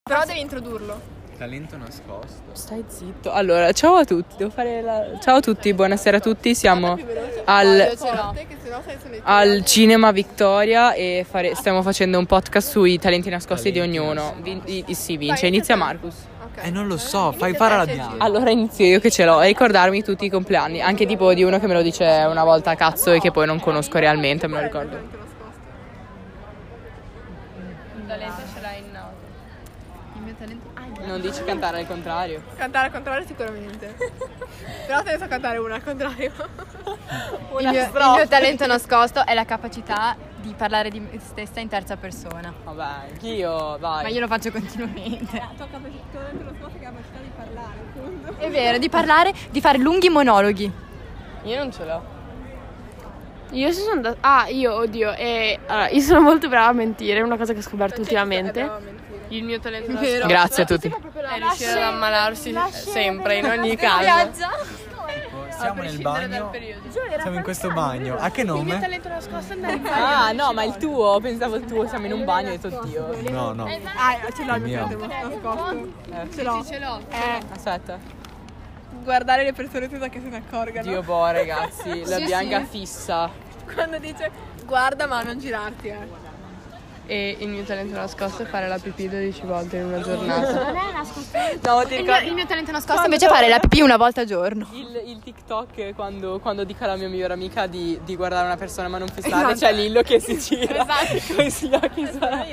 Però devi introdurlo. Talento nascosto. Stai zitto. Allora, ciao a tutti. Devo fare ciao a tutti, buonasera a tutti. Siamo al Cinema Victoria e stiamo facendo un podcast sui talenti nascosti di ognuno. Sì, vince. Inizia Marcus. Non lo so, fai fare la bianca. Allora inizio io che ce l'ho e ricordarmi tutti i compleanni. Anche tipo di uno che me lo dice una volta a cazzo e che poi non conosco realmente, me lo ricordo. Il talento ce l'hai innato. Il mio talento... Non dici cantare al contrario? Cantare al contrario sicuramente. Però te ne so cantare una al contrario. Il mio talento nascosto è la capacità di parlare di me stessa in terza persona. Vabbè, anch'io, vai. Ma io lo faccio continuamente. La tua capacità di parlare, appunto. È vero, di parlare, di fare lunghi monologhi. Io non ce l'ho. Io sono andata... oddio. Allora, io sono molto brava a mentire, è una cosa che ho scoperto ultimamente. Il mio talento nascosto. Grazie a tutti. È riuscire ad ammalarsi sempre, in ogni caso. Siamo nel bagno. Siamo in questo bagno. A che Il mio nome? talento nascosto è andare in bagno. Ah, no, ma il tuo, pensavo il tuo, siamo in un bagno e ho detto oddio. No. Ce l'ho il mio talento nascosto. Ce l'ho. Aspetta. Guardare le persone senza che se ne accorgano. Dio boh, ragazzi, la bianca fissa. Quando dice guarda ma non girarti, E il mio talento nascosto è fare la pipì 12 volte in una giornata. Non è nascosto. No, ti Il mio talento nascosto invece è fare la pipì una volta al giorno. Il TikTok quando dico alla mia migliore amica di guardare una persona ma non fissare, c'è Lillo che si gira con i suoi occhi salati.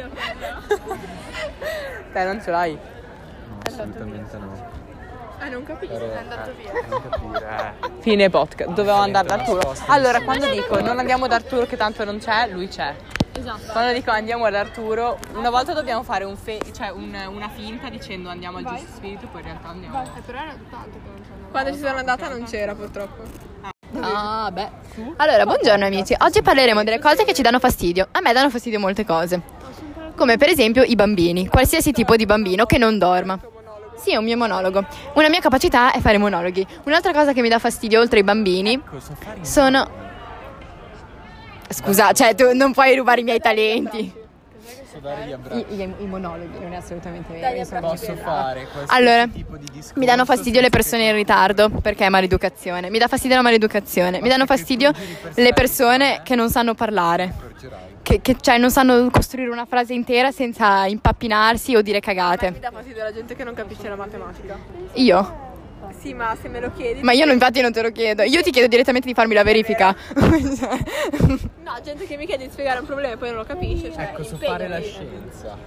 Te non ce l'hai? No, assolutamente no. Non capisco. È andato via. Non capire. Fine podcast, dovevo andare da Arturo. nascosto. Allora, quando dico non andiamo da Arturo che tanto non c'è, lui c'è. Esatto. Quando dico andiamo ad Arturo, una volta dobbiamo fare una finta dicendo andiamo al giusto spirito, poi in realtà andiamo. Però era tanto che non c'è. Quando ci sono andata non c'era purtroppo. Ah, beh. Allora, buongiorno amici. Oggi parleremo delle cose che ci danno fastidio. A me danno fastidio molte cose. Come per esempio i bambini, qualsiasi tipo di bambino che non dorma. Sì, è un mio monologo. Una mia capacità è fare monologhi. Un'altra cosa che mi dà fastidio oltre ai bambini sono... Scusa, cioè tu non puoi rubare i miei talenti. Posso dare gli abbracci? I monologhi, non è assolutamente vero. Io sono Posso fare qualsiasi Allora, tipo di discorso mi danno fastidio le persone in ritardo perché è maleducazione. Mi dà fastidio la maleducazione. Mi danno fastidio le persone che non sanno parlare. Che cioè non sanno costruire una frase intera senza impappinarsi o dire cagate. Mi dà fastidio la gente che non capisce la matematica. Io? Sì, ma se me lo chiedi. Ma io infatti non te lo chiedo. Io ti chiedo direttamente di farmi la verifica. No, gente che mi chiede di spiegare un problema e poi non lo capisce. Cioè, Ecco, so fare la scienza.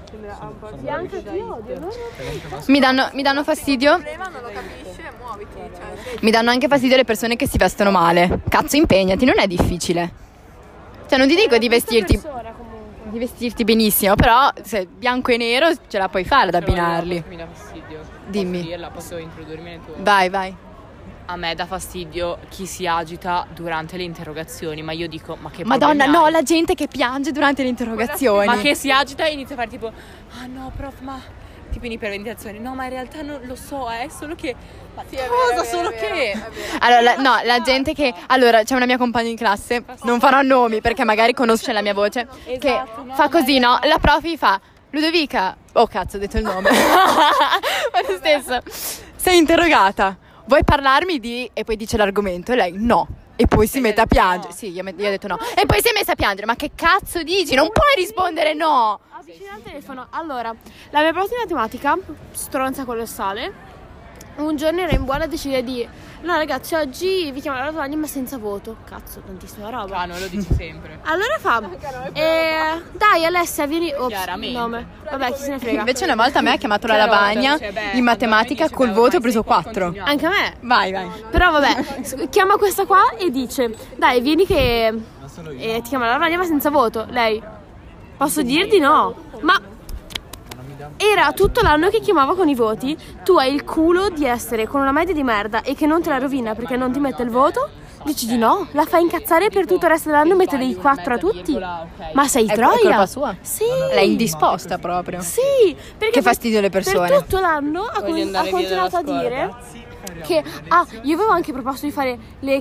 Mi danno fastidio. il problema non lo capisce, muoviti. Cioè, Mi danno anche fastidio le persone che si vestono male. Cazzo, impegnati, non è difficile. Cioè, non ti dico di vestirti benissimo, però se bianco e nero ce la puoi fare ad abbinarli. Mi dà fastidio. Dimmi. Posso dirla? Posso introdurmi nel tuo? Vai. A me dà fastidio chi si agita durante le interrogazioni, ma io dico, ma che Madonna, problemi no, hai? la gente che piange durante le interrogazioni. Ma che si agita e inizia a fare tipo, ah no, prof, ma tipo in iperventilazione. No, ma in realtà non lo so, è solo che... Ma sì, è cosa? vero, Solo è che... vero. Allora, la gente che... Allora, c'è una mia compagna in classe, non farò nomi perché magari conosce la mia voce, che fa così, no? La prof gli fa, Ludovica... Oh, cazzo, ho detto il nome. Ma lo stesso. Sei interrogata. Vuoi parlarmi di... E poi dice l'argomento e lei no. E poi si mette a piangere. Sì, io ho detto no. E poi si è messa a piangere. Ma che cazzo dici? Non puoi rispondere no. Avvicina al telefono. Allora, la mia prof di matematica, stronza colossale, un giorno era in buona e decide di no ragazzi, oggi vi chiamo alla lavagna ma senza voto. Cazzo, tantissima roba. Ah, non lo dici sempre. Allora fa dai Alessia vieni. Ops, Chiaramente. nome. Vabbè, chi se ne frega. Invece una volta a me ha chiamato la lavagna in matematica col voto ho preso 4. Anche a me. Vai. Però vabbè, chiama questa qua e dice dai vieni che ti chiama la lavagna ma senza voto. Lei, posso dirti no? Ma era tutto l'anno che chiamava con i voti. Tu hai il culo di essere con una media di merda e che non te la rovina perché non ti mette il voto. Dici di no, la fai incazzare per tutto il resto dell'anno e mette dei 4 a tutti. Ma sei troia? È colpa sua? Sì. Lei è indisposta proprio. Sì, perché Che fastidio le persone. per tutto l'anno ha Voglio andare via continuato a dalla dire che io avevo anche proposto di fare le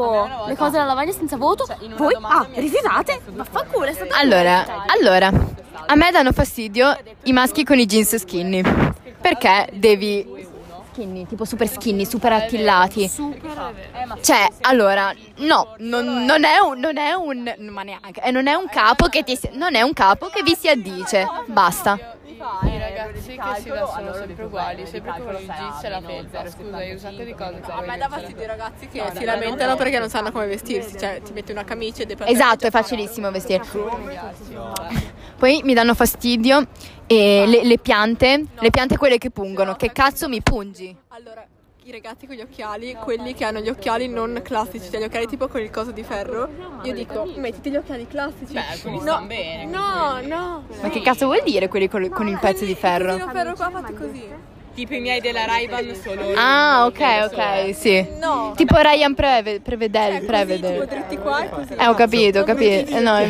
cose alla lavagna senza voto. Voi rifiutate? Vaffanculo, è stata Allora, A me danno fastidio i maschi con i jeans skinny. Perché devi... Skinny, tipo super skinny, super attillati. Cioè, allora, no, non è un ma neanche, non è un capo che non è un capo che vi si addice. Basta. I ragazzi che si vestono sempre uguali, sempre con i jeans e la felpa. Scusa, hai un sacco di cose. A me dà fastidio i ragazzi che si lamentano perché non sanno come vestirsi. Cioè, ti metti una camicia e dei Esatto, è facilissimo vestire. Poi mi danno fastidio le piante quelle che pungono. Che cazzo mi pungi? Allora, i ragazzi con gli occhiali, quelli che hanno gli occhiali non classici, cioè gli occhiali tipo con il coso di ferro, io dico, mettiti gli occhiali classici. Beh, quelli stanno bene. No. Ma che cazzo vuol dire quelli con il pezzo di ferro? Il ferro qua fatti così. Tipo i miei della Ray-Ban solo. Ah, ok, sì. No. Tipo Ryan prevede. Tipo dritti qua e così. Ho capito. No.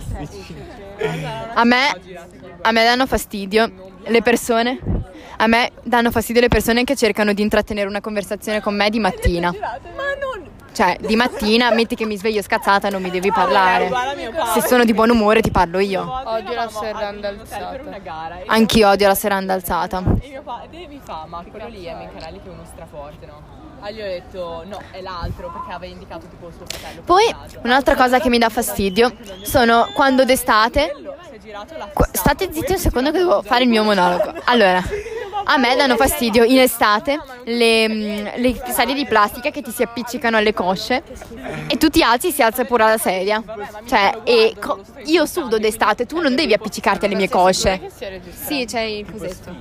A me danno fastidio le persone. A me danno fastidio le persone che cercano di intrattenere una conversazione con me di mattina. Cioè, di mattina, metti che mi sveglio scazzata, non mi devi parlare. Se sono di buon umore ti parlo io. Odio la serranda alzata. Anch'io odio la serranda alzata. E mio padre mi fa, ma quello lì è Mencarelli che è uno straforte, no? Gli ho detto, no, è l'altro, perché aveva indicato tipo il suo fratello. Poi, un'altra cosa che mi dà fastidio sono quando d'estate... State zitti un secondo che devo fare il mio monologo. Allora, a me danno fastidio in estate le sedie di plastica che ti si appiccicano alle cosce e tu ti alzi e si alza pure la sedia. Cioè, io sudo d'estate, tu non devi appiccicarti alle mie cosce. Sì, c'è il cosetto.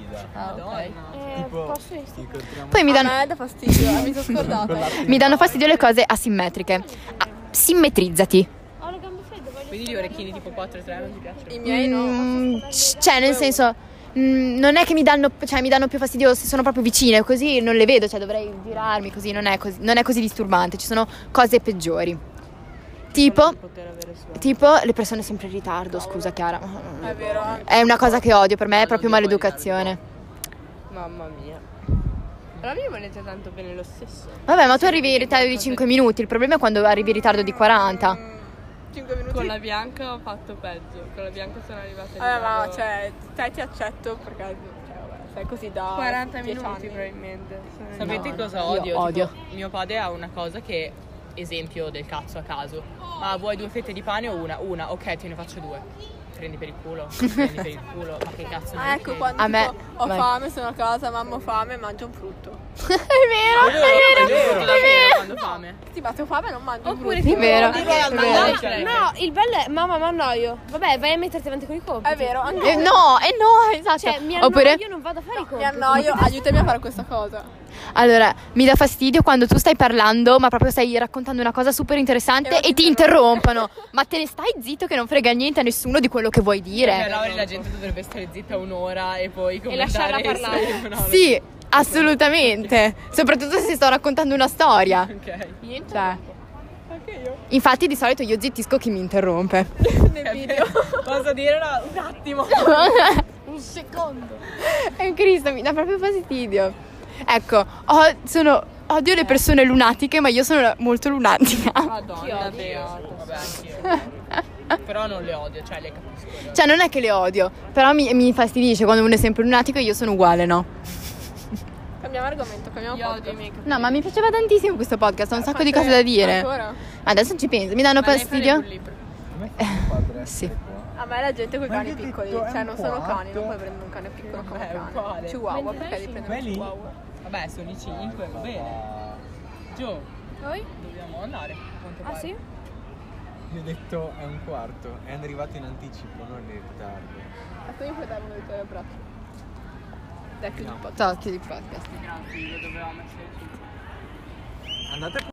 Poi mi danno... A me dà fastidio, mi sono scordata. Mi danno fastidio le cose asimmetriche. Simmetrizzati. Quindi gli orecchini tipo 4-3 non ti piacciono? I miei no. Cioè, nel senso, non è che mi danno più fastidio se sono proprio vicine, così non le vedo, cioè dovrei girarmi così, non è così disturbante, ci sono cose peggiori. Tipo le persone sempre in ritardo, scusa Chiara. È vero. È una cosa che odio, per me è proprio maleducazione. Mamma mia. Però mi volete tanto bene lo stesso. Vabbè, ma tu arrivi in ritardo di 5 minuti, il problema è quando arrivi in ritardo di 40. 5 minuti. Con la Bianca ho fatto peggio. Con la Bianca sono arrivata in ma cioè, te ti accetto perché sei così da 40 10 minuti anni. probabilmente. Sapete cosa odio? Odio. Tipo, mio padre ha una cosa che, esempio del cazzo a caso. Ma vuoi 2 fette di pane o una? Una, ok, te ne faccio 2. Prendi per il culo, ma che cazzo mi Ecco, quando a tipo, me ho fame, sono a casa, mamma ho fame, mangio un frutto. È vero. quando ho fame. Sì, ma se ho fame non mangio un Oppure frutto. È vero. No, il bello è mamma mi annoio. Vabbè, vai a metterti avanti con i compiti. È vero, anche No, esatto. Cioè, mi annoio, Oppure, io non vado a fare i compiti. mi annoio, aiutami a fare questa cosa. allora, mi dà fastidio quando tu stai parlando, ma proprio stai raccontando una cosa super interessante e ti interrompono. Ma te ne stai zitto che non frega niente a nessuno di quello che vuoi dire. Per Laura la gente dovrebbe stare zitta un'ora e poi lasciarla parlare. Sì, assolutamente. Soprattutto se sto raccontando una storia. Ok. Cioè, Anche io. infatti di solito io zittisco chi mi interrompe. Nel video. Posso dire un attimo? Un secondo. Cristo, mi dà proprio fastidio. Ecco, odio le persone lunatiche, ma io sono molto lunatica. Madonna, beato. Vabbè, anch'io. Però non le odio, cioè le capisco. Cioè, non è che le odio, però mi infastidisce quando uno è sempre lunatico e io sono uguale, no? Cambiamo argomento, cambiamo podcast. No, ma mi piaceva tantissimo questo podcast, ho un sacco di cose da dire. Ancora? Adesso ci penso, mi danno fastidio? Sì. A me la gente con i cani piccoli, cioè non sono cani, non puoi prendere un cane piccolo come un cane. Chihuahua, perché devi prendere un chihuahua? Vabbè, sono i 5, va bene. Gio, Noi? dobbiamo andare. Ah sì? Gli ho detto è un quarto, è arrivato in anticipo, non in ritardo. A tu mi puoi dare uno dei tuoi abbracci? Dai, chiudi il podcast. Ciao, chiudi il podcast. Grazie, lo dovevamo essere tutti. Andate